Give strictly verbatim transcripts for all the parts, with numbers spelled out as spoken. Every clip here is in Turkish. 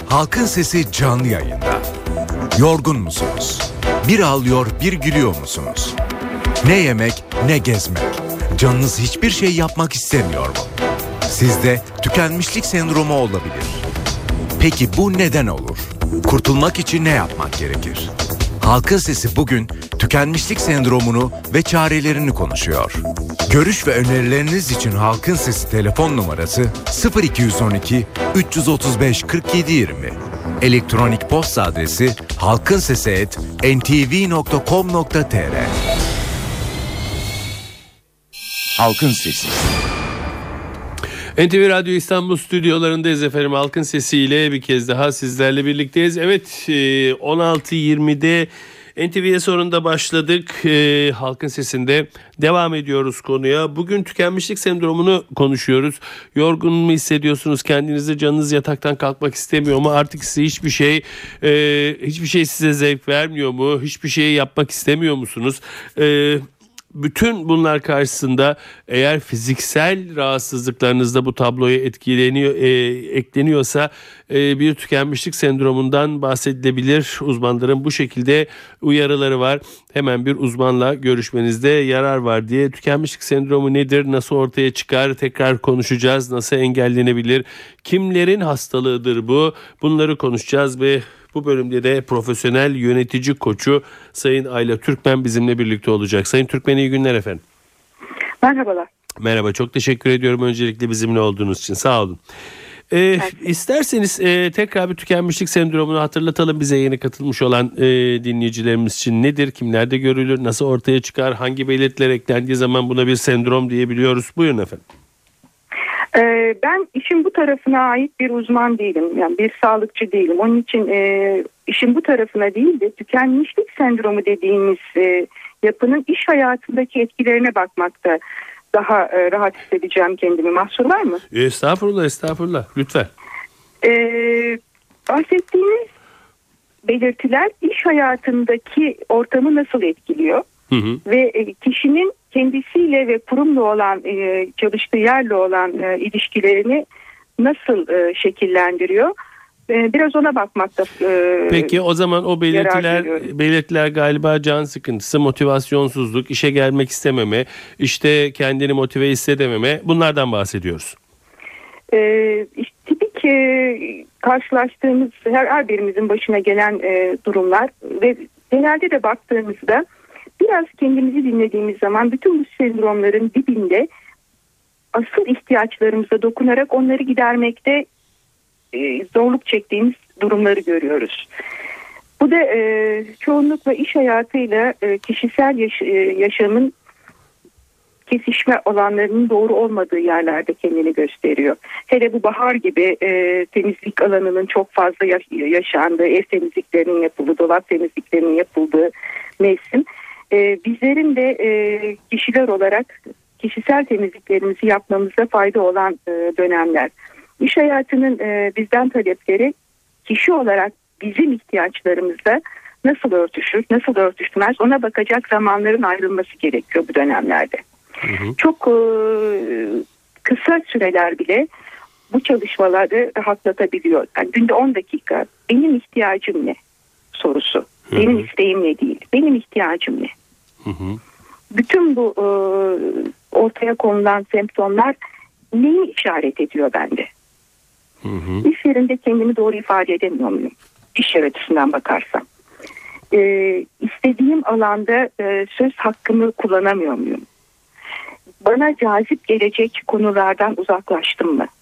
Halkın Sesi canlı yayında. Yorgun musunuz? Bir ağlıyor, bir gülüyor musunuz? Ne yemek, ne gezmek. Canınız hiçbir şey yapmak istemiyor mu? Sizde tükenmişlik sendromu olabilir. Peki bu neden olur? Kurtulmak için ne yapmak gerekir? Halkın Sesi bugün tükenmişlik sendromunu ve çarelerini konuşuyor. Görüş ve önerileriniz için Halkın Sesi telefon numarası sıfır iki on iki üç otuz beş kırk yedi yirmi. Elektronik posta adresi halkinsesi et en te ve nokta com nokta te er. Halkın Sesi. N T V Radyo İstanbul stüdyolarındayız efendim. Halkın Sesi ile bir kez daha sizlerle birlikteyiz. Evet, on altı yirmide N T V'ye sonunda başladık. Halkın Sesi'nde devam ediyoruz konuya. Bugün tükenmişlik sendromunu konuşuyoruz. Yorgun mu hissediyorsunuz kendinizi? Canınız yataktan kalkmak istemiyor mu? Artık size hiçbir şey hiçbir şey size zevk vermiyor mu? Hiçbir şey yapmak istemiyor musunuz? Evet. Bütün bunlar karşısında eğer fiziksel rahatsızlıklarınızda bu tabloya etkileniyor, e, ekleniyorsa e, bir tükenmişlik sendromundan bahsedilebilir. Uzmanların bu şekilde uyarıları var. Hemen bir uzmanla görüşmenizde yarar var diye. Tükenmişlik sendromu nedir? Nasıl ortaya çıkar? Tekrar konuşacağız. Nasıl engellenebilir? Kimlerin hastalığıdır bu? Bunları konuşacağız ve bu bölümde de profesyonel yönetici koçu Sayın Ayla Türkmen bizimle birlikte olacak. Sayın Türkmen, iyi günler efendim. Merhabalar. Merhaba, çok teşekkür ediyorum öncelikle bizimle olduğunuz için. Sağ olun. Ee, isterseniz e, tekrar bir tükenmişlik sendromunu hatırlatalım bize yeni katılmış olan e, dinleyicilerimiz için. Nedir, kimlerde görülür, nasıl ortaya çıkar, hangi belirtiler eklendiği zaman buna bir sendrom diyebiliyoruz? Buyurun efendim. Ben işin bu tarafına ait bir uzman değilim. Yani bir sağlıkçı değilim. Onun için e, işin bu tarafına değil de tükenmişlik sendromu dediğimiz e, yapının iş hayatındaki etkilerine bakmakta daha e, rahat hissedeceğim kendimi. Mahsur var mı? Estağfurullah, estağfurullah. Lütfen. E, bahsettiğiniz belirtiler iş hayatındaki ortamı nasıl etkiliyor? Hı hı. Ve kişinin kendisiyle ve kurumla olan, çalıştığı yerle olan ilişkilerini nasıl şekillendiriyor? Biraz ona bakmakta. Peki o zaman o belirtiler belirtiler galiba can sıkıntısı, motivasyonsuzluk, işe gelmek istememe, işte kendini motive hissedememe, bunlardan bahsediyoruz. Ee, işte tipik e, karşılaştığımız her, her birimizin başına gelen e, durumlar ve genelde de baktığımızda biraz kendimizi dinlediğimiz zaman bütün bu sendromların dibinde asıl ihtiyaçlarımıza dokunarak onları gidermekte e, zorluk çektiğimiz durumları görüyoruz. Bu da e, çoğunlukla iş hayatıyla e, kişisel yaş- e, yaşamın kesişme olanlarının doğru olmadığı yerlerde kendini gösteriyor. Hele bu bahar gibi e, temizlik alanının çok fazla yaş- yaşandığı, ev temizliklerinin yapıldığı, dolap temizliklerinin yapıldığı mevsim. E, bizlerin de e, kişiler olarak kişisel temizliklerimizi yapmamızda fayda olan e, dönemler. İş hayatının e, bizden talepleri kişi olarak bizim ihtiyaçlarımızda nasıl örtüşür, nasıl örtüşmez ona bakacak zamanların ayrılması gerekiyor bu dönemlerde. Hı hı. Çok e, kısa süreler bile bu çalışmaları rahatlatabiliyor. Yani günde on dakika benim ihtiyacım ne sorusu. Hı hı. Benim isteğim ne değil. Benim ihtiyacım ne? Hı hı. Bütün bu e, ortaya konulan semptomlar neyi işaret ediyor bende? Hı hı. İş yerinde kendimi doğru ifade edemiyor muyum? İş yer açısından bakarsam. E, istediğim alanda e, söz hakkımı kullanamıyor muyum? Bana cazip gelecek konulardan uzaklaştım mı?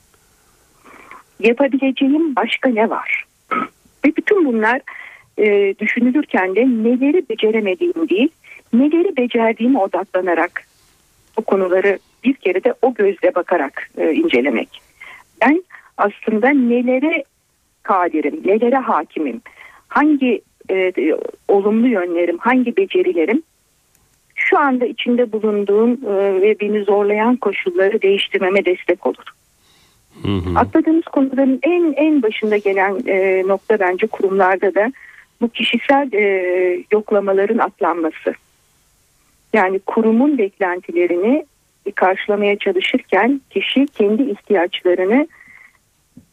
Yapabileceğim başka ne var? Ve bütün bunlar e, düşünülürken de neleri beceremediğim değil, neleri becerdiğime odaklanarak bu konuları bir kere de o gözle bakarak e, incelemek. Ben aslında nelere kadirim, nelere hakimim, hangi e, olumlu yönlerim, hangi becerilerim şu anda içinde bulunduğum e, ve beni zorlayan koşulları değiştirmeme destek olur. Hı hı. Atladığımız konuların en en başında gelen e, nokta bence kurumlarda da bu kişisel e, yoklamaların atlanması. Yani kurumun beklentilerini karşılamaya çalışırken kişi kendi ihtiyaçlarını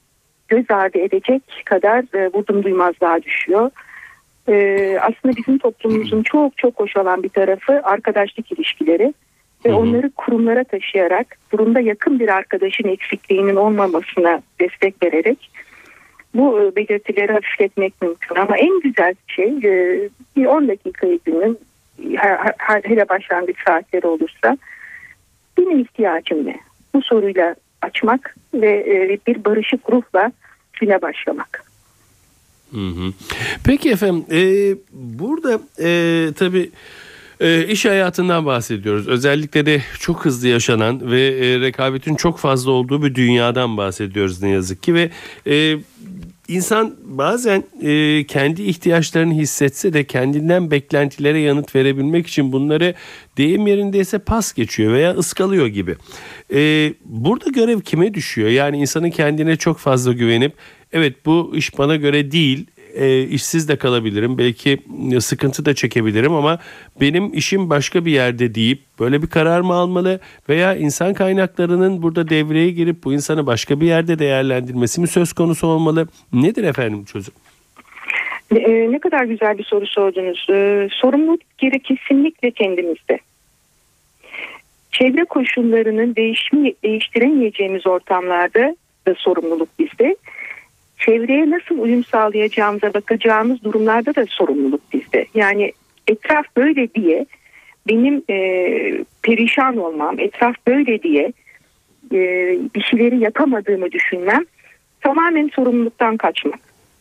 göz ardı edecek kadar e, vurdum duymazlığa düşüyor. E, aslında bizim toplumumuzun çok çok hoş olan bir tarafı arkadaşlık ilişkileri ve Hı hı. onları kurumlara taşıyarak durumda yakın bir arkadaşın eksikliğinin olmamasına destek vererek bu e, belirtileri hafifletmek mümkün. Ama en güzel şey e, bir on dakikayı günün hele başlangıç saatleri olursa benim ihtiyacım ne? Bu soruyla açmak ve e, bir barışık ruhla güne başlamak. Hı hı. Peki efendim, e, burada e, tabii e, iş hayatından bahsediyoruz. Özellikle de çok hızlı yaşanan ve e, rekabetin çok fazla olduğu bir dünyadan bahsediyoruz ne yazık ki ve e, İnsan bazen e, kendi ihtiyaçlarını hissetse de kendinden beklentilere yanıt verebilmek için bunları deyim yerindeyse pas geçiyor veya ıskalıyor gibi. E, burada görev kime düşüyor? Yani insanın kendine çok fazla güvenip evet bu iş bana göre değil, e, işsiz de kalabilirim, belki sıkıntı da çekebilirim ama benim işim başka bir yerde deyip böyle bir karar mı almalı veya insan kaynaklarının burada devreye girip bu insanı başka bir yerde değerlendirmesi mi söz konusu olmalı? Nedir efendim çözüm? E, ne kadar güzel bir soru sordunuz. E, sorumluluk geri kesinlikle kendimizde. Çevre koşullarının değişimi, değiştiremeyeceğimiz ortamlarda da sorumluluk bizde. Çevreye nasıl uyum sağlayacağımıza bakacağımız durumlarda da sorumluluk bizde. Yani etraf böyle diye benim e, perişan olmam, etraf böyle diye e, bir şeyleri yapamadığımı düşünmem tamamen sorumluluktan kaçmak.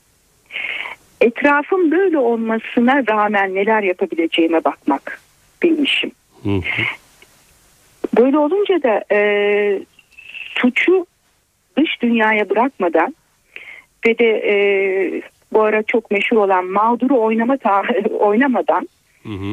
Etrafım böyle olmasına rağmen neler yapabileceğime bakmak benim işim. Hı hı. Böyle olunca da e, suçu dış dünyaya bırakmadan ve de e, bu ara çok meşhur olan mağduru oynama ta- oynamadan Hı hı.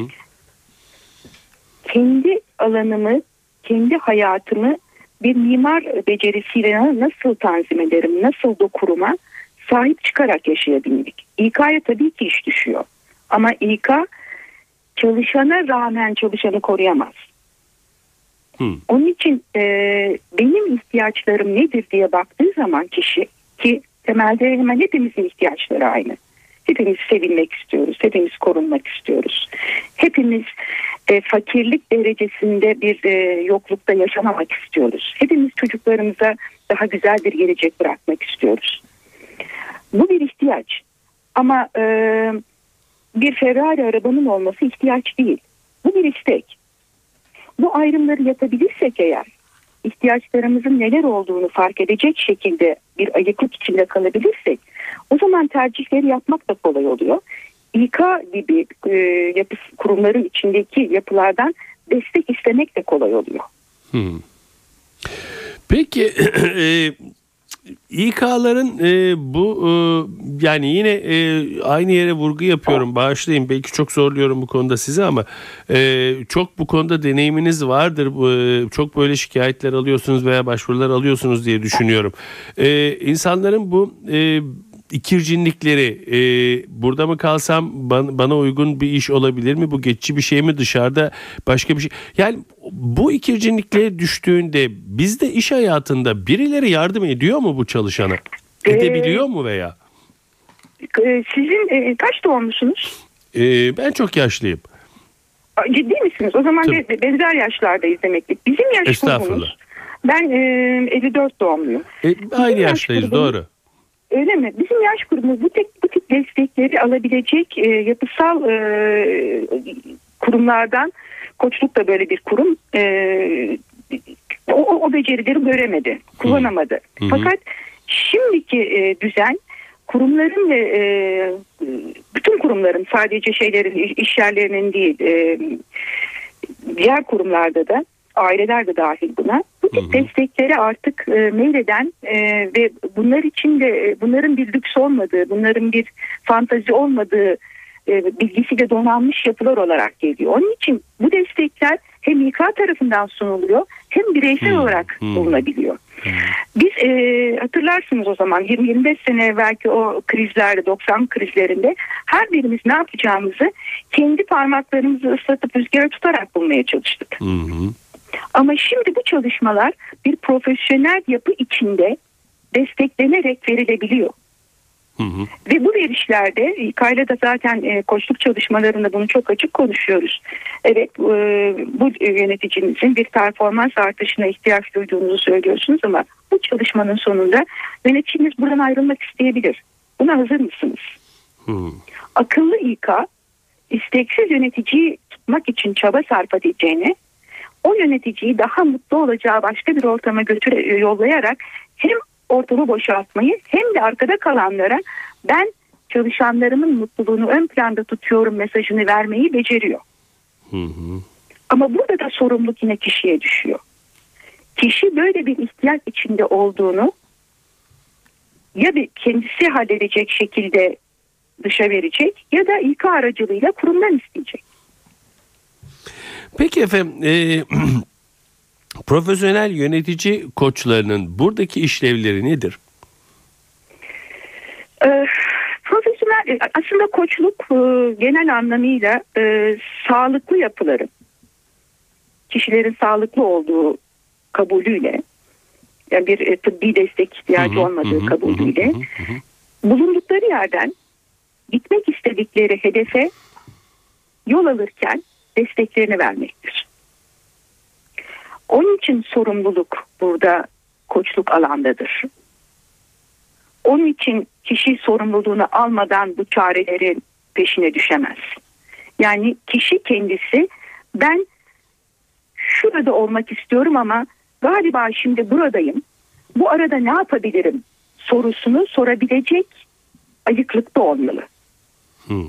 kendi alanımı, kendi hayatımı bir mimar becerisiyle nasıl tanzim ederim, nasıl dokuruma sahip çıkarak yaşayabilmek. İK'ya tabii ki iş düşüyor. Ama İK çalışana rağmen çalışanı koruyamaz. Hı. Onun için e, benim ihtiyaçlarım nedir diye baktığı zaman kişi, ki temelde hemen hepimizin ihtiyaçları aynı. Hepimiz sevilmek istiyoruz, hepimiz korunmak istiyoruz. Hepimiz e, fakirlik derecesinde bir e, yoklukta yaşamamak istiyoruz. Hepimiz çocuklarımıza daha güzel bir gelecek bırakmak istiyoruz. Bu bir ihtiyaç. Ama e, bir Ferrari arabamın olması ihtiyaç değil. Bu bir istek. Bu ayrımları yapabilirsek eğer, ihtiyaçlarımızın neler olduğunu fark edecek şekilde bir ayıklık içinde kalabilirsek, o zaman tercihleri yapmak da kolay oluyor. İK gibi e, yapı, kurumların içindeki yapılardan destek istemek de kolay oluyor. Hmm. Peki e, İK'ların e, bu e, yani yine e, aynı yere vurgu yapıyorum, bağışlayın belki çok zorluyorum bu konuda sizi ama e, çok bu konuda deneyiminiz vardır, e, çok böyle şikayetler alıyorsunuz veya başvurular alıyorsunuz diye düşünüyorum. E, insanların bu e, ikircinlikleri, e, burada mı kalsam bana, bana uygun bir iş olabilir mi, bu geçici bir şey mi, dışarıda başka bir şey, yani bu ikircinlikle düştüğünde bizde iş hayatında birileri yardım ediyor mu bu çalışana, edebiliyor mu veya? Ee, sizin e, kaç doğumlusunuz? E, ben çok yaşlıyım. Ciddi misiniz? O zaman Tabii. de, benzer yaşlardayız demektir. Bizim yaş Estağfurullah. grubumuz, ben e, elli dört doğumluyum. E, aynı Bizim yaş yaştayız, grubumuz- doğru. Öyle mi? Bizim yaş grubumuz bu, tek, bu tip destekleri alabilecek e, yapısal e, kurumlardan, koçluk da böyle bir kurum, e, o, o, o becerileri göremedi, kullanamadı. Hı hı. Fakat şimdiki e, düzen kurumların ve e, bütün kurumların, sadece şeylerin, iş yerlerinin değil, e, diğer kurumlarda da, aileler de dahil buna, bu tip Hı hı. destekleri artık e, meyleden e, ve bunlar için de e, bunların bir lüks olmadığı, bunların bir fantazi olmadığı e, bilgisiyle donanmış yapılar olarak geliyor. Onun için bu destekler hem İK tarafından sunuluyor hem bireysel Hmm, olarak hmm. bulunabiliyor. Biz e, hatırlarsınız o zaman yirmi yirmi beş sene evvelki o krizlerde, doksan krizlerinde her birimiz ne yapacağımızı kendi parmaklarımızı ıslatıp rüzgara tutarak bulmaya çalıştık. Hı hı. Ama şimdi bu çalışmalar bir profesyonel yapı içinde desteklenerek verilebiliyor. Hı hı. Ve bu verişlerde İK'yla da zaten e, koçluk çalışmalarında bunu çok açık konuşuyoruz. Evet, e, bu yöneticinizin bir performans artışına ihtiyaç duyduğunuzu söylüyorsunuz ama bu çalışmanın sonunda yöneticiniz buradan ayrılmak isteyebilir. Buna hazır mısınız? Hı. Akıllı İK isteksiz yöneticiyi tutmak için çaba sarf edeceğini, o yöneticiyi daha mutlu olacağı başka bir ortama götüre, yollayarak hem ortamı boşaltmayı hem de arkada kalanlara ben çalışanlarımın mutluluğunu ön planda tutuyorum mesajını vermeyi beceriyor. Hı hı. Ama burada da sorumluluk yine kişiye düşüyor. Kişi böyle bir ihtiyaç içinde olduğunu ya bir kendisi halledecek şekilde dışa verecek ya da İK aracılığıyla kurumdan isteyecek. Peki efendim, e, profesyonel yönetici koçlarının buradaki işlevleri nedir? Ee, profesyonel aslında koçluk e, genel anlamıyla e, sağlıklı yapıların, kişilerin sağlıklı olduğu kabulüyle, yani bir e, tıbbi destek ihtiyacı hı hı, olmadığı hı, kabulüyle hı, hı, hı. bulundukları yerden gitmek istedikleri hedefe yol alırken desteklerini vermektir. Onun için sorumluluk burada koçluk alandadır. Onun için kişi sorumluluğunu almadan bu çarelerin peşine düşemez. Yani kişi kendisi ben şurada olmak istiyorum ama galiba şimdi buradayım. Bu arada ne yapabilirim sorusunu sorabilecek ayıklıkta olmalı. Hmm.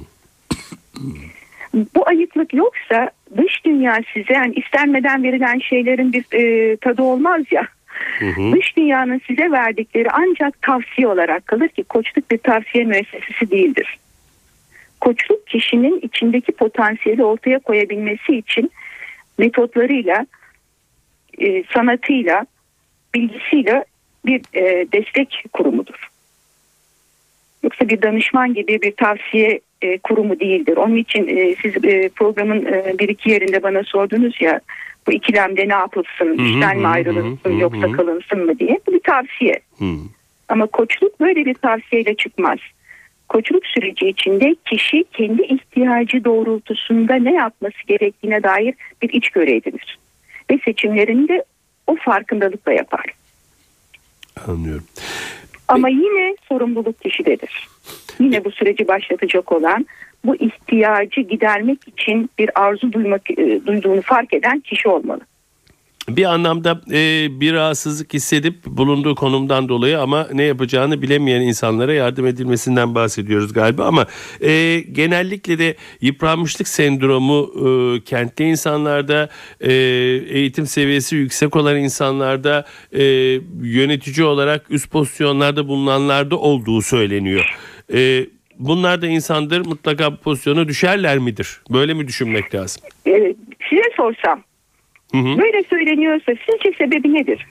Bu ayıklık yoksa dış dünya size, yani istenmeden verilen şeylerin bir e, tadı olmaz ya. Hı hı. Dış dünyanın size verdikleri ancak tavsiye olarak kalır ki koçluk bir tavsiye müessesesi değildir. Koçluk kişinin içindeki potansiyeli ortaya koyabilmesi için metotlarıyla, e, sanatıyla, bilgisiyle bir e, destek kurumudur. Yoksa bir danışman gibi bir tavsiye e, kurumu değildir. Onun için e, siz e, programın e, bir iki yerinde bana sordunuz ya, bu ikilemde ne yapılsın, hı hı, işten mi ayrılırsın hı hı, yoksa hı. kalınsın mı diye. Bu bir tavsiye. Hı. Ama koçluk böyle bir tavsiyeyle çıkmaz. Koçluk süreci içinde kişi kendi ihtiyacı doğrultusunda ne yapması gerektiğine dair bir içgörü edinir. Ve seçimlerini de o farkındalıkla yapar. Anlıyorum. Ama yine sorumluluk kişidedir. Yine bu süreci başlatacak olan, bu ihtiyacı gidermek için bir arzu duymak, duyduğunu fark eden kişi olmalı. Bir anlamda e, bir rahatsızlık hissedip bulunduğu konumdan dolayı ama ne yapacağını bilemeyen insanlara yardım edilmesinden bahsediyoruz galiba. Ama e, genellikle de yıpranmışlık sendromu e, kentli insanlarda, e, eğitim seviyesi yüksek olan insanlarda, e, yönetici olarak üst pozisyonlarda bulunanlarda olduğu söyleniyor. E, bunlar da insandır, mutlaka bu pozisyona düşerler midir? Böyle mi düşünmek lazım? Evet, size sorsam. Hı hı. Böyle söyleniyorsa sizce sebebi nedir?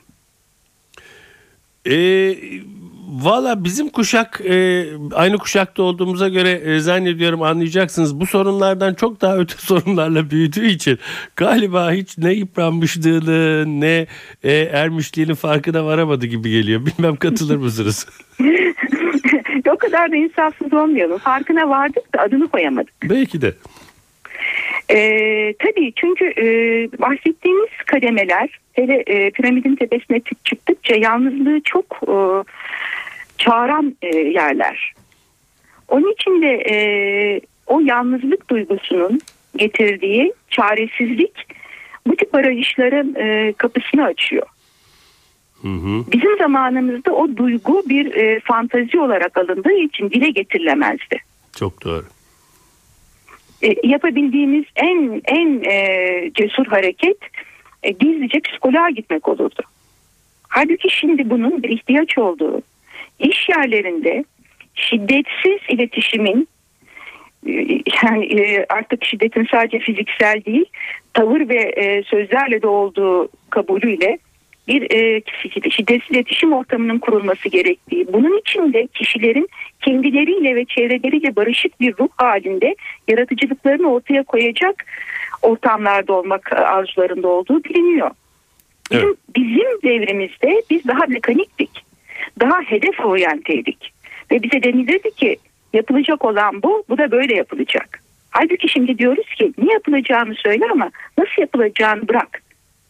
E, Valla bizim kuşak e, aynı kuşakta olduğumuza göre e, zannediyorum anlayacaksınız. Bu sorunlardan çok daha öte sorunlarla büyüdüğü için galiba hiç ne yıpranmışlığını ne e, ermişliğinin farkına varamadı gibi geliyor. Bilmem katılır mısınız? O kadar da insafsız olmayalım. Farkına vardık da adını koyamadık. Belki de. Ee, tabii çünkü e, bahsettiğimiz kademeler hele e, piramidin tepesine çıktıkça yalnızlığı çok e, çağıran e, yerler. Onun için de e, o yalnızlık duygusunun getirdiği çaresizlik bu tip arayışların e, kapısını açıyor. Hı hı. Bizim zamanımızda o duygu bir e, fantazi olarak alındığı için dile getirilemezdi. Çok doğru. E, yapabildiğimiz en en e, cesur hareket e, gizlice psikoloğa gitmek olurdu. Halbuki şimdi bunun bir ihtiyaç olduğu, iş yerlerinde şiddetsiz iletişimin, e, yani e, artık şiddetin sadece fiziksel değil, tavır ve e, sözlerle de olduğu kabulüyle bir e, şiddetsiz iletişim ortamının kurulması gerektiği, bunun için de kişilerin kendileriyle ve çevreleriyle barışık bir ruh halinde yaratıcılıklarını ortaya koyacak ortamlarda olmak arzularında olduğu biliniyor. Bizim, evet. bizim devrimizde biz daha mekaniktik. daha hedef oryanteydik. Ve bize denilirdi ki yapılacak olan bu, bu da böyle yapılacak. Halbuki şimdi diyoruz ki ne yapılacağını söyle ama nasıl yapılacağını bırak.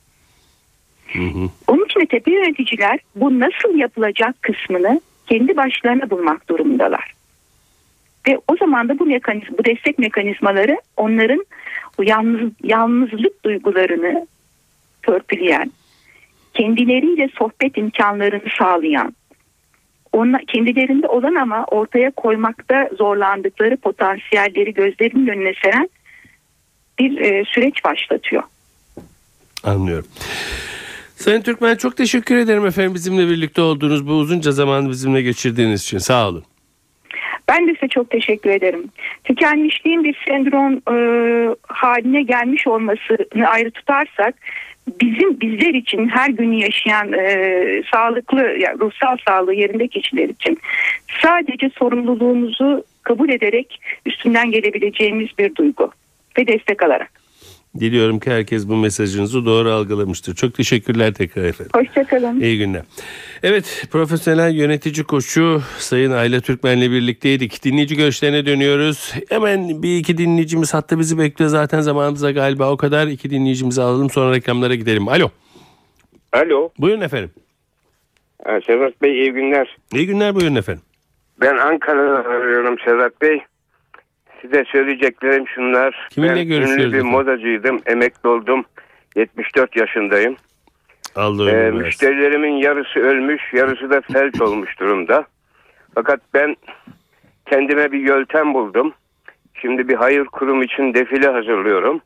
Hı hı. Onun için de tepe yöneticiler bu nasıl yapılacak kısmını kendi başlarına bulmak durumundalar. Ve o zaman da bu mekanizma, bu destek mekanizmaları onların o yalnız, yalnızlık duygularını törpüleyen, kendileriyle sohbet imkanlarını sağlayan, onlar kendilerinde olan ama ortaya koymakta zorlandıkları potansiyelleri gözlerinin önüne seren bir e, süreç başlatıyor. Anlıyorum. Sayın Türkmen, çok teşekkür ederim efendim bizimle birlikte olduğunuz, bu uzunca zamanı bizimle geçirdiğiniz için. Sağ olun. Ben de size çok teşekkür ederim. Tükenmişliğin bir sendrom e, haline gelmiş olmasını ayrı tutarsak, bizim bizler için her günü yaşayan e, sağlıklı, yani ruhsal sağlığı yerinde kişiler için sadece sorumluluğumuzu kabul ederek üstünden gelebileceğimiz bir duygu ve destek alarak. Diliyorum ki herkes bu mesajınızı doğru algılamıştır. Çok teşekkürler tekrar efendim. Hoşçakalın. İyi günler. Evet, profesyonel yönetici koçu Sayın Ayla Türkmen'le birlikteydik. Dinleyici görüşlerine dönüyoruz. Hemen bir iki dinleyicimiz hatta bizi bekliyor. Zaten zamanımıza galiba o kadar. İki dinleyicimizi alalım, sonra reklamlara gidelim. Alo. Alo. Buyurun efendim. Ha, Sedat Bey iyi günler. İyi günler, buyurun efendim. Ben Ankara'dan arıyorum Sedat Bey. Size söyleyeceklerim şunlar. Kiminle ben görüşüyoruz ünlü bir efendim? modacıydım. Emekli oldum. yetmiş dört yaşındayım. Allah Ee, ömür versin. müşterilerimin yarısı ölmüş, yarısı da felç olmuş durumda. Fakat ben kendime bir yöntem buldum. Şimdi bir hayır kurum için defile hazırlıyorum.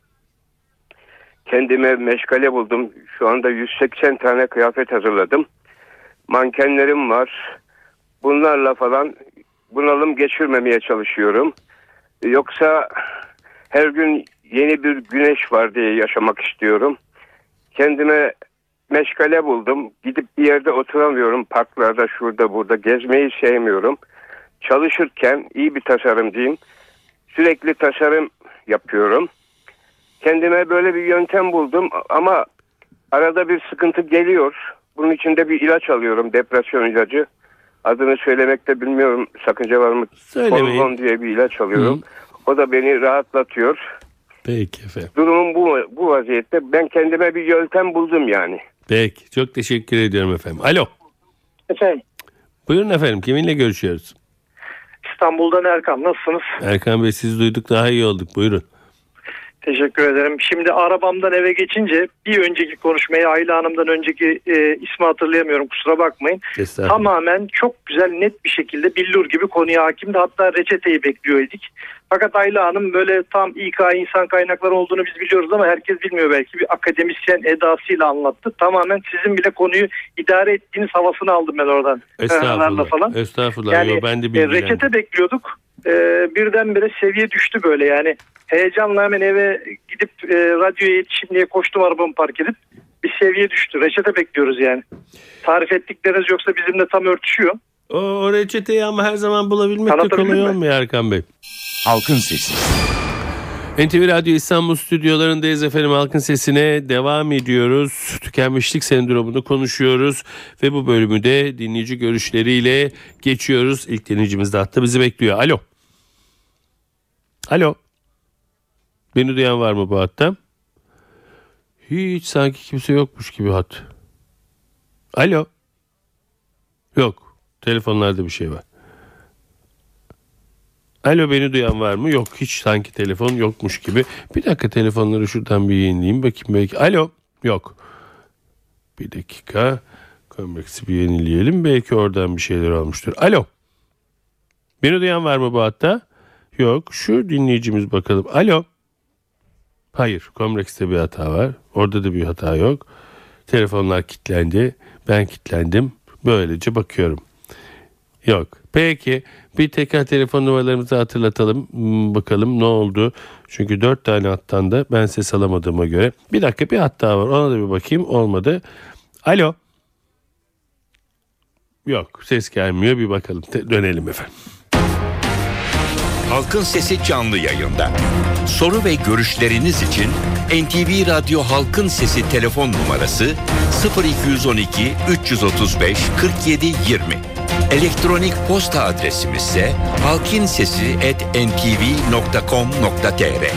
Kendime meşgale buldum. Şu anda yüz seksen tane kıyafet hazırladım. Mankenlerim var. Bunlarla falan bunalım geçirmemeye çalışıyorum. Yoksa her gün yeni bir güneş var diye yaşamak istiyorum. Kendime meşgale buldum. Gidip bir yerde oturamıyorum. Parklarda, şurada, burada gezmeyi sevmiyorum. Çalışırken iyi bir tasarımcıyım. Sürekli tasarım yapıyorum. Kendime böyle bir yöntem buldum ama arada bir sıkıntı geliyor. Bunun için de bir ilaç alıyorum, depresyon ilacı. Adını söylemekte bilmiyorum, sakınca var mı? Söylemeyin. Hormon diye bir ilaç alıyorum. Hı. O da beni rahatlatıyor. Peki efendim. Durumum bu, bu vaziyette. Ben kendime bir yöntem buldum yani. Peki, çok teşekkür ediyorum efendim. Alo. Efendim, Buyurun efendim, kiminle görüşüyoruz? İstanbul'dan Erkan, nasılsınız? Erkan Bey, sizi duyduk, daha iyi olduk, buyurun. Teşekkür ederim. Şimdi arabamdan eve geçince bir önceki konuşmayı, Ayla Hanım'dan önceki e, ismi hatırlayamıyorum, kusura bakmayın. Tamamen çok güzel, net bir şekilde billur gibi konuya hakimdi. Hatta reçeteyi bekliyorduk. Fakat Ayla Hanım böyle tam İK insan kaynakları olduğunu biz biliyoruz ama herkes bilmiyor belki. Bir akademisyen edasıyla anlattı. Tamamen sizin bile konuyu idare ettiğiniz havasını aldım ben oradan. Estağfurullah. Falan. Estağfurullah. Yani Yo, ben de e, bilgilendim. reçete bekliyorduk. E, birdenbire seviye düştü böyle yani. Heyecanla hemen eve gidip e, radyoya yetişim diye koştum, arabamı park edip. Bir seviye düştü. Reçete bekliyoruz yani. Tarif ettikleriniz yoksa bizimle tam örtüşüyor. O, o reçeteyi ama her zaman bulabilmek de Anlatabildim kolay mi? olmuyor Erkan Bey. Halkın Sesi. N T V Radyo İstanbul stüdyolarındayız efendim. Halkın Sesi'ne devam ediyoruz. Tükenmişlik sendromunu konuşuyoruz. Ve bu bölümü de dinleyici görüşleriyle geçiyoruz. İlk dinleyicimiz de hatta bizi bekliyor. Alo. Alo. Beni duyan var mı bu hatta? Hiç sanki kimse yokmuş gibi hat. Alo. Yok. Telefonlarda bir şey var. Alo, beni duyan var mı? Yok, hiç sanki telefon yokmuş gibi. Bir dakika, telefonları şuradan bir yenileyim bakayım belki. Alo. Yok. Bir dakika. Komplex'i bir yenileyelim. Belki oradan bir şeyler olmuştur. Alo. Beni duyan var mı bu hatta? Yok. Şu dinleyicimiz bakalım. Alo. Hayır. Komplex'te bir hata var. Orada da bir hata yok. Telefonlar kilitlendi. Ben kilitlendim. Böylece bakıyorum. Yok. Peki. Bir tekrar telefon numaralarımızı hatırlatalım. Hmm, bakalım ne oldu. Çünkü dört tane hattan da ben ses alamadığıma göre. Bir dakika, bir hatta var. Ona da bir bakayım. Olmadı. Alo. Yok. Ses gelmiyor. Bir bakalım. Te- dönelim efendim. Halkın Sesi canlı yayında. Soru ve görüşleriniz için N T V Radyo Halkın Sesi telefon numarası sıfır iki on iki üç otuz beş kırk yedi yirmi. Elektronik posta adresimiz ise halkinsesi at n t v nokta com nokta t r.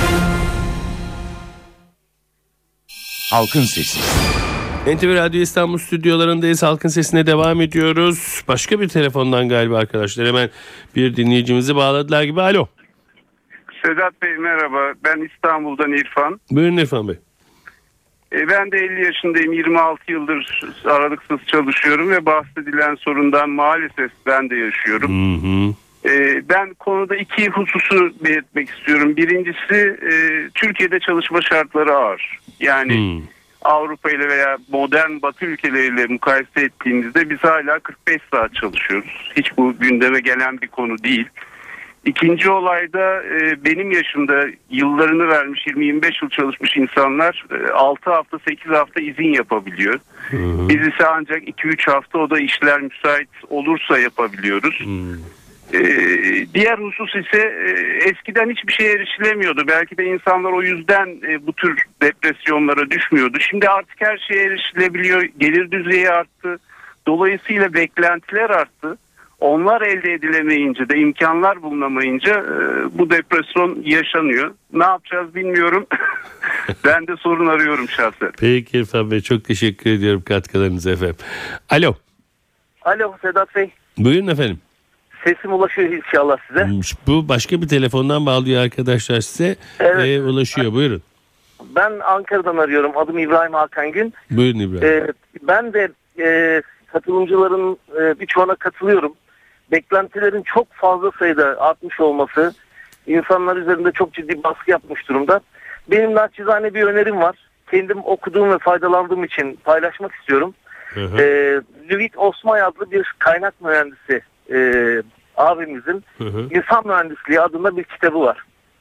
Halkın Sesi. N T V Radyo İstanbul stüdyolarındayız. Halkın Sesi'ne devam ediyoruz. Başka bir telefondan galiba arkadaşlar. Hemen bir dinleyicimizi bağladılar gibi. Alo. Sedat Bey merhaba. Ben İstanbul'dan İrfan. Buyurun İrfan Bey. E, ben de elli yaşındayım. yirmi altı yıldır aralıksız çalışıyorum ve bahsedilen sorundan maalesef ben de yaşıyorum. Hı hı. E, ben konuda iki hususu belirtmek istiyorum. Birincisi e, Türkiye'de çalışma şartları ağır. Yani Hı. Avrupa ile veya modern Batı ülkeleriyle mukayese ettiğimizde biz hala kırk beş saat çalışıyoruz. Hiç bu gündeme gelen bir konu değil. İkinci olayda e, benim yaşımda yıllarını vermiş yirmi yirmi beş yıl çalışmış insanlar e, altı hafta sekiz hafta izin yapabiliyor. Hı hı. Biz ise ancak iki üç hafta, o da işler müsait olursa yapabiliyoruz. Hı. E, diğer husus ise e, eskiden hiçbir şeye erişilemiyordu. Belki de insanlar o yüzden e, bu tür depresyonlara düşmüyordu. Şimdi artık her şeye erişilebiliyor. Gelir düzeyi arttı. Dolayısıyla beklentiler arttı. Onlar elde edilemeyince de, imkanlar bulunamayınca e, bu depresyon yaşanıyor. Ne yapacağız bilmiyorum. Ben de sorun arıyorum şahsen. Peki İrfan Bey, çok teşekkür ediyorum katkılarınıza efendim. Alo. Alo Sedat Bey. Buyurun efendim. Sesim ulaşıyor inşallah size. Bu başka bir telefondan bağlıyor arkadaşlar size. Evet. E, ulaşıyor. Buyurun. Ben Ankara'dan arıyorum. Adım İbrahim Hakan Gün. Buyurun İbrahim. Ee, ben de e, katılımcıların e, birçoğuna katılıyorum. Beklentilerin çok fazla sayıda artmış olması insanlar üzerinde çok ciddi baskı yapmış durumda. Benim naçizane bir önerim var. Kendim okuduğum ve faydalandığım için paylaşmak istiyorum. Ee, Lüvit Osmay adlı bir kaynak mühendisi e, abimizin hı hı. İnsan Mühendisliği adında bir kitabı var.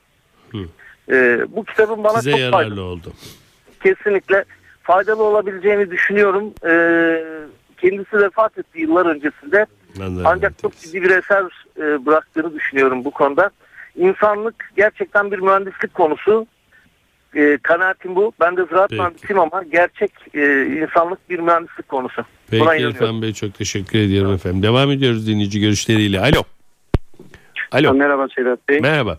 Ee, bu kitabın bana Size çok yararlı faydalı oldu. Kesinlikle faydalı olabileceğini düşünüyorum. Ee, kendisi vefat etti yıllar öncesinde. Anladım. Ancak çok ciddi bir eser e, bıraktığını düşünüyorum bu konuda. İnsanlık gerçekten bir mühendislik konusu. E, kanaatim bu. Ben de ziraat Peki. mühendisiyim ama gerçek e, insanlık bir mühendislik konusu. Peki İrfan Bey, çok teşekkür ediyorum evet. efendim. Devam ediyoruz dinleyici görüşleriyle. Alo. Alo. Merhaba Sedat Bey. Merhaba.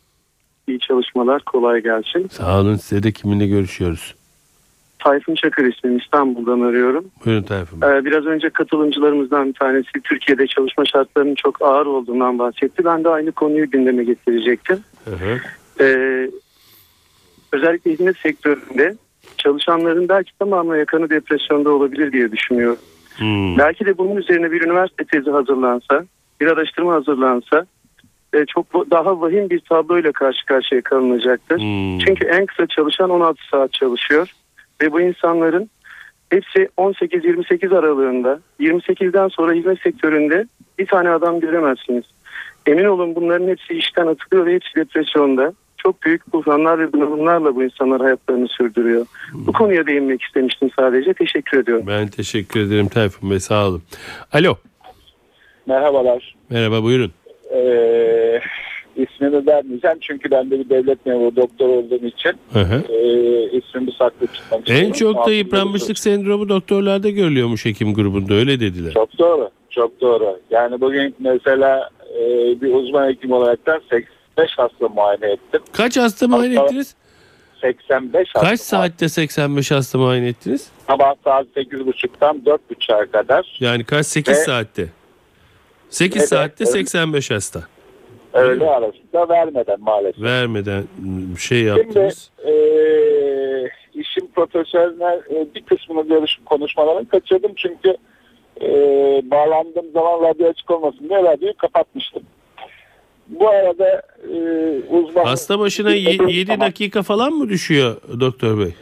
İyi çalışmalar, kolay gelsin. Sağ olun, size de kiminle görüşüyoruz? Tayfun Çakır ismim, İstanbul'dan arıyorum. Buyurun Tayfun. Ee, biraz önce katılımcılarımızdan bir tanesi Türkiye'de çalışma şartlarının çok ağır olduğundan bahsetti. Ben de aynı konuyu gündeme getirecektim. Hı hı. Ee, özellikle hizmet sektöründe çalışanların belki tamamına yakını depresyonda olabilir diye düşünüyorum. Hmm. Belki de bunun üzerine bir üniversite tezi hazırlansa, bir araştırma hazırlansa e, çok daha vahim bir tabloyla karşı karşıya kalınacaktır. Hmm. Çünkü en kısa çalışan on altı saat çalışıyor. Ve bu insanların hepsi on sekiz yirmi sekiz aralığında, yirmi sekizden sonra hizmet sektöründe bir tane adam göremezsiniz. Emin olun bunların hepsi işten atılıyor ve hepsi depresyonda. Çok büyük buhranlar ve bunalımlarla bu insanlar hayatlarını sürdürüyor. Hmm. Bu konuya değinmek istemiştim sadece. Teşekkür ediyorum. Ben teşekkür ederim Tayfun Bey, sağ olun. Alo. Merhabalar. Merhaba, buyurun. Ee, ismini vermeyeceğim çünkü ben de bir devlet memuru doktor olduğum için hı hı. E, ismimi saklı tutmak istiyorum. En çok da yıpranmışlık sendromu doktorlarda görülüyormuş hekim grubunda, öyle dediler. Çok doğru, çok doğru. Yani bugün mesela e, bir uzman hekim olaraktan seksen beş hasta muayene ettim. Kaç hasta muayene hasta, ettiniz? seksen beş hasta. Kaç saatte seksen beş hasta muayene ettiniz? Sabah saat sekiz buçuktan dört buçuğa kadar. Yani kaç? sekiz Ve, saatte? sekiz evet, saatte evet. seksen beş hasta. Öyle hmm. arasında vermeden maalesef. Vermeden bir şey yaptınız. Şimdi e, işin profesyonel e, bir kısmını görüş konuşmalarını kaçırdım çünkü e, bağlandığım zaman radyo açık olmasın diye radyoyu kapatmıştım. Bu arada e, uzman... Hasta başına yedi dakika falan mı düşüyor doktor bey?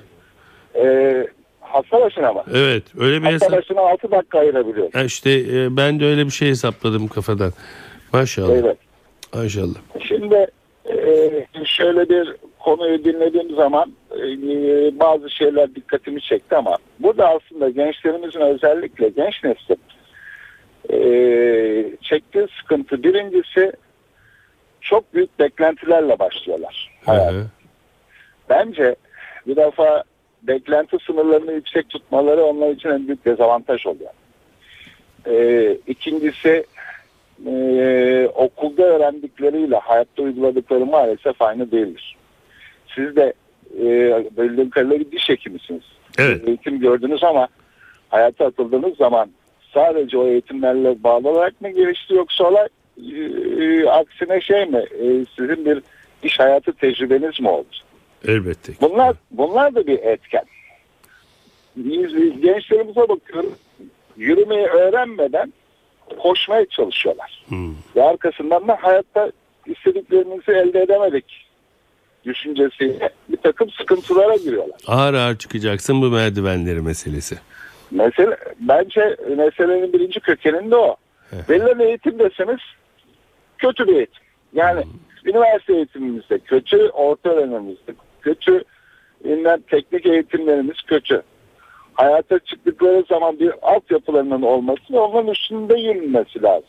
E, hasta başına mı? Evet. Öyle bir hasta hesap... başına altı dakika ayırabiliyor. Ha işte e, ben de öyle bir şey hesapladım kafadan. Maşallah. Evet. Maşallah. Şimdi e, şöyle bir konuyu dinlediğim zaman e, bazı şeyler dikkatimi çekti ama burada aslında gençlerimizin, özellikle genç neslin e, çektiği sıkıntı birincisi çok büyük beklentilerle başlıyorlar. Hı hı. Bence bir defa beklenti sınırlarını yüksek tutmaları onlar için en büyük dezavantaj oluyor. Ee, ikincisi e, okulda öğrendikleriyle hayatta uyguladıkları maalesef aynı değildir. Siz de e, bildiğim kadarıyla bir diş hekimisiniz. Evet. Eğitim gördünüz ama hayata atıldığınız zaman sadece o eğitimlerle bağlı olarak mı gelişti yoksa olay e, e, aksine şey mi e, sizin bir iş hayatı tecrübeniz mi oldu? Elbette. Bunlar bunlar da bir etken. Biz gençlerimize bakıyoruz. Yürümeyi öğrenmeden koşmaya çalışıyorlar. Hmm. Ve arkasından da hayatta istediklerimizi elde edemedik düşüncesiyle bir takım sıkıntılara giriyorlar. Ağır ağır çıkacaksın bu merdivenleri meselesi. Mesele, bence meselenin birinci kökeninde o. Verilen eğitim deseniz kötü bir eğitim. Yani hmm. üniversite eğitimimizde kötü, orta öğrenimimizde kötü, ünlem teknik eğitimlerimiz kötü. Hayata çıktıkları zaman bir altyapılarının olması ve onun üstünde yürünmesi lazım.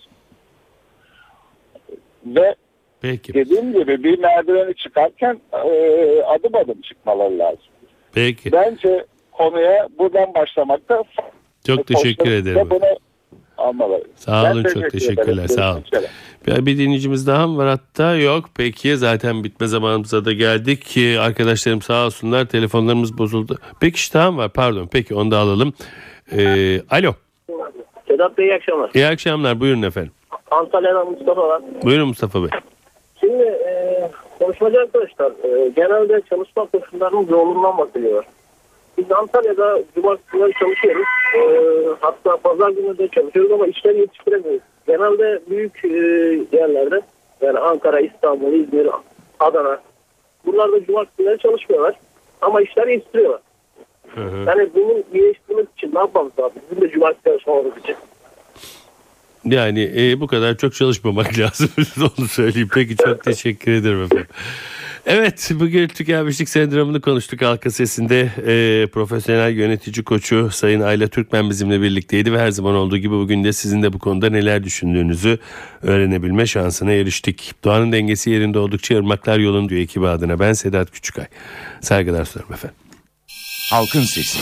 Ve Peki. dediğim gibi bir merdiveni çıkarken e, adım adım çıkmaları lazım. Peki. Bence konuya buradan başlamakta çok teşekkür ederim. Bunu almaları. Sağ olun, çok teşekkürler. Sağ olun. Bir, bir dinleyicimiz daha mı var hatta? Yok. Peki zaten bitme zamanımıza da geldik ki arkadaşlarım sağ olsunlar telefonlarımız bozuldu. Bir kişi daha mı var? Pardon. Peki onu da alalım. Ee, alo. Sedat Bey iyi akşamlar. İyi akşamlar. Buyurun efendim. Antalya'dan Mustafa var. Buyurun Mustafa Bey. Şimdi e, konuşmacı arkadaşlar e, genelde çalışma koşullarının zorluğundan bahsediyorlar. Biz Antalya'da cumartesi günleri çalışıyoruz. E, hatta pazar günü de çalışıyoruz ama işleri yetiştiremiyoruz. Genelde büyük e, yerlerde yani Ankara, İstanbul, İzmir, Adana buralarda cumartesi günleri çalışmıyorlar. Ama işleri yetiştiriyorlar. Hı hı. Yani bunu iyileştirmek için ne yapmamız lazım? Bizim de cumartesi çalışmamız için. Yani e, bu kadar çok çalışmamak lazım. Onu söyleyeyim. Peki çok teşekkür ederim efendim. Evet, bugün tükenmişlik sendromunu konuştuk Halkın Sesi'nde. E, profesyonel yönetici koçu Sayın Ayla Türkmen bizimle birlikteydi ve her zaman olduğu gibi bugün de sizin de bu konuda neler düşündüğünüzü öğrenebilme şansına eriştik. Doğanın dengesi yerinde oldukça ırmaklar yolun diyor ekibi adına. Ben Sedat Küçükay. Saygılar sunarım efendim. Halkın Sesi.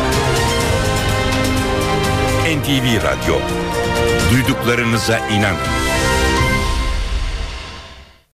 N T V Radyo. Duyduklarınıza inanın.